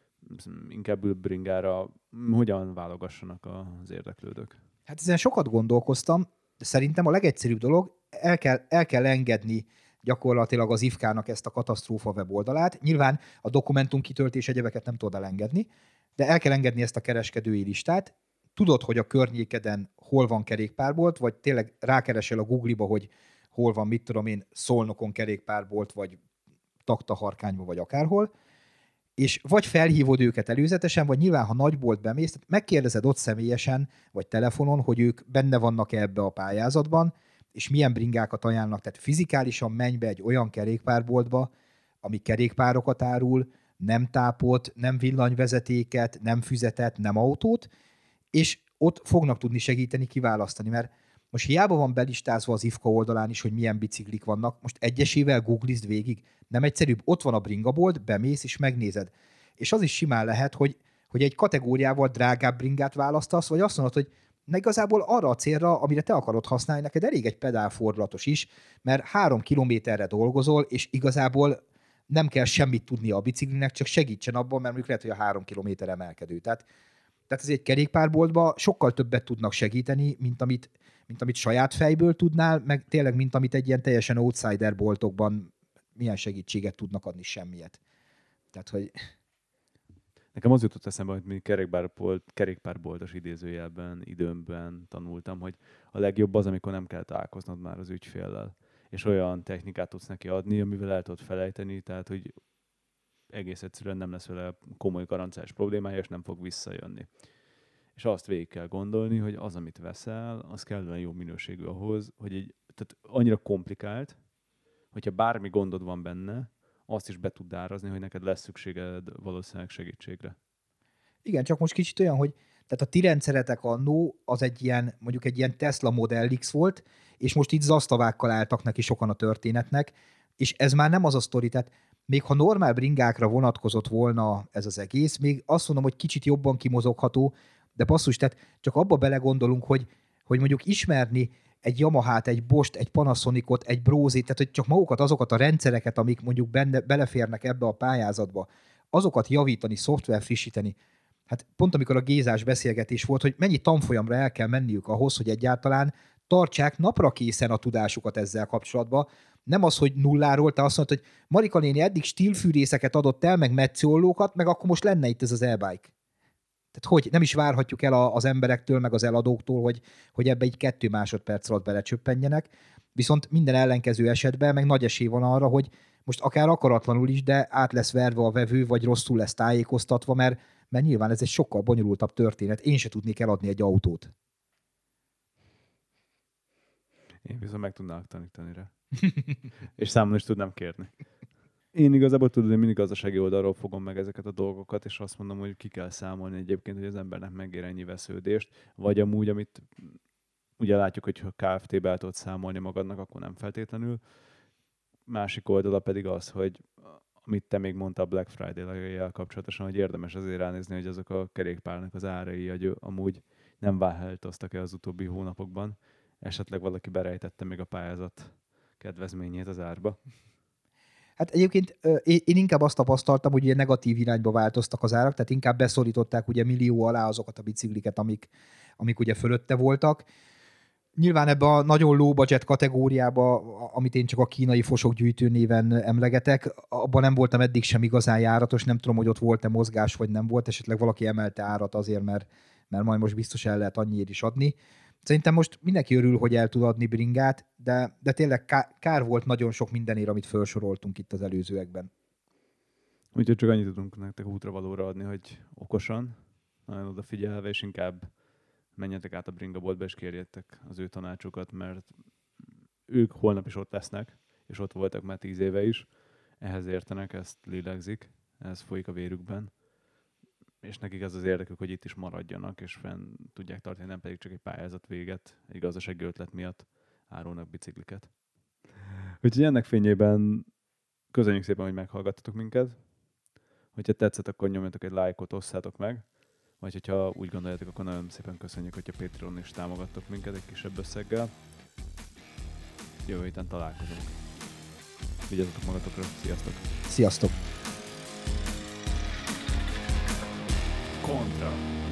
inkább bringára, hogyan válogassanak az érdeklődők? Hát ezen sokat gondolkoztam, de szerintem a legegyszerűbb dolog, el kell, el kell engedni gyakorlatilag az ifkának ezt a katasztrófa weboldalát. Nyilván a dokumentum kitöltés egyebeket nem tudod elengedni, de el kell engedni ezt a kereskedői listát. Tudod, hogy a környékeden hol van kerékpárbolt, vagy tényleg rákeresel a Google-ba, hogy hol van, mit tudom én, Szolnokon kerékpárbolt, vagy Taktaharkányba, vagy akárhol, és vagy felhívod őket előzetesen, vagy nyilván, ha nagybolt bemész, megkérdezed ott személyesen, vagy telefonon, hogy ők benne vannak-e ebbe a pályázatban, és milyen bringákat ajánlnak. Tehát fizikálisan menj be egy olyan kerékpárboltba, ami kerékpárokat árul, nem tápot, nem villanyvezetéket, nem füzetet, nem autót, és ott fognak tudni segíteni kiválasztani, mert most hiába van belistázva az ifka oldalán is, hogy milyen biciklik vannak, most egyesével googlizd végig. Nem egyszerűbb, ott van a bringabolt, bemész és megnézed. És az is simán lehet, hogy, hogy egy kategóriával drágább bringát választasz, vagy azt mondod, hogy ne igazából arra a célra, amire te akarod használni, neked elég egy pedálfordulatos is, mert három kilométerre dolgozol, és igazából nem kell semmit tudnia a biciklinek, csak segítsen abban, mert mondjuk lehet, hogy a három kilométer emelkedő. Tehát, tehát ez egy kerékpárboltban sokkal többet tudnak segíteni, mint amit, mint amit saját fejből tudnál, meg tényleg, mint amit egy ilyen teljesen outsider boltokban milyen segítséget tudnak adni, semmiet. Tehát, hogy... Nekem az jutott eszembe, hogy mi kerékpárbolt, kerékpárboltos idézőjelben, időmben tanultam, hogy a legjobb az, amikor nem kell találkoznod már az ügyféllel. És olyan technikát tudsz neki adni, amivel el tudod felejteni, tehát hogy egész egyszerűen nem lesz vele komoly garanciás problémája, és nem fog visszajönni. És azt végig kell gondolni, hogy az, amit veszel, az kellően jó minőségű ahhoz, hogy egy, tehát annyira komplikált, hogyha bármi gondod van benne, azt is be tud árazni, hogy neked lesz szükséged valószínűleg segítségre. Igen, csak most kicsit olyan, hogy tehát a ti rendszeretek annó az egy ilyen, mondjuk egy ilyen Tesla Model X volt, és most itt zasztavákkal álltak neki sokan a történetnek, és ez már nem az a sztori, tehát még ha normál bringákra vonatkozott volna ez az egész, még azt mondom, hogy kicsit jobban kimozogható, de basszus, tehát csak abba belegondolunk, hogy, hogy mondjuk ismerni egy Yamahát, egy Bosch-t, egy Panasonicot, egy Brose-t, tehát hogy csak magukat, azokat a rendszereket, amik mondjuk benne, beleférnek ebbe a pályázatba, azokat javítani, szoftver frissíteni. Hát pont amikor a Gézás beszélgetés volt, hogy mennyi tanfolyamra el kell menniük ahhoz, hogy egyáltalán tartsák napra készen a tudásukat ezzel kapcsolatban. Nem az, hogy nulláról te azt mondod, hogy Marika néni eddig stílfűrészeket adott el, meg metsziollókat, meg akkor most lenne itt ez az e-bike. Tehát hogy nem is várhatjuk el az emberektől, meg az eladóktól, hogy, hogy ebbe egy kettő másodperc alatt belecsöppenjenek. Viszont minden ellenkező esetben meg nagy esély van arra, hogy most akár akaratlanul is, de át lesz verve a vevő, vagy rosszul lesz tájékoztatva, mert, mert nyilván ez egy sokkal bonyolultabb történet. Én se tudnék eladni egy autót. Én viszont meg tudnálak tanítani rá. És számon is tudnám kérni. Én igazából tudom, hogy mindig gazdasági oldalról fogom meg ezeket a dolgokat, és azt mondom, hogy ki kell számolni egyébként, hogy az embernek megér ennyi vesződést, vagy amúgy, amit ugye látjuk, hogy ha ká ef té-be el tudod számolni magadnak, akkor nem feltétlenül. másik oldala pedig az, hogy amit te még mondtál a Black Friday-jel kapcsolatosan, hogy érdemes azért ránézni, hogy azok a kerékpárnak az árai hogy amúgy nem változtak-e az utóbbi hónapokban. Esetleg valaki berejtette még a pályázat kedvezményét az árba. Hát egyébként én inkább azt tapasztaltam, hogy ilyen negatív irányba változtak az árak, tehát inkább beszorították ugye millió alá azokat a bicikliket, amik, amik ugye fölötte voltak. Nyilván ebbe a nagyon low budget kategóriába, amit én csak a kínai fosokgyűjtő néven emlegetek, abban nem voltam eddig sem igazán járatos, nem tudom, hogy ott volt-e mozgás, vagy nem volt, esetleg valaki emelte árat azért, mert, mert majd most biztos el lehet annyiért is adni. Szerintem most mindenki örül, hogy el tud adni bringát, de, de tényleg kár volt nagyon sok mindenért, amit felsoroltunk itt az előzőekben. Úgyhogy csak annyit tudunk nektek útravalóra adni, hogy okosan, nagyon odafigyelve, és inkább menjetek át a bringaboltba, és kérjétek az ő tanácsukat, mert ők holnap is ott lesznek, és ott voltak már tíz éve is. Ehhez értenek, ezt lélegzik, ez folyik a vérükben. És nekik ez az érdekük, hogy itt is maradjanak, és fenn tudják tartani, nem pedig csak egy pályázat véget, egy gazdasági ötlet miatt árulnak bicikliket. Úgyhogy ennek fényében köszönjük szépen, hogy meghallgattatok minket. Hogyha tetszett, akkor nyomjatok egy lájkot, osszátok meg. Vagy hogyha úgy gondoljátok, akkor nagyon szépen köszönjük, hogyha Patreon is támogattok minket egy kisebb összeggel. Jövő héten találkozunk. Vigyázzatok magatokra, sziasztok! Sziasztok! Kontra!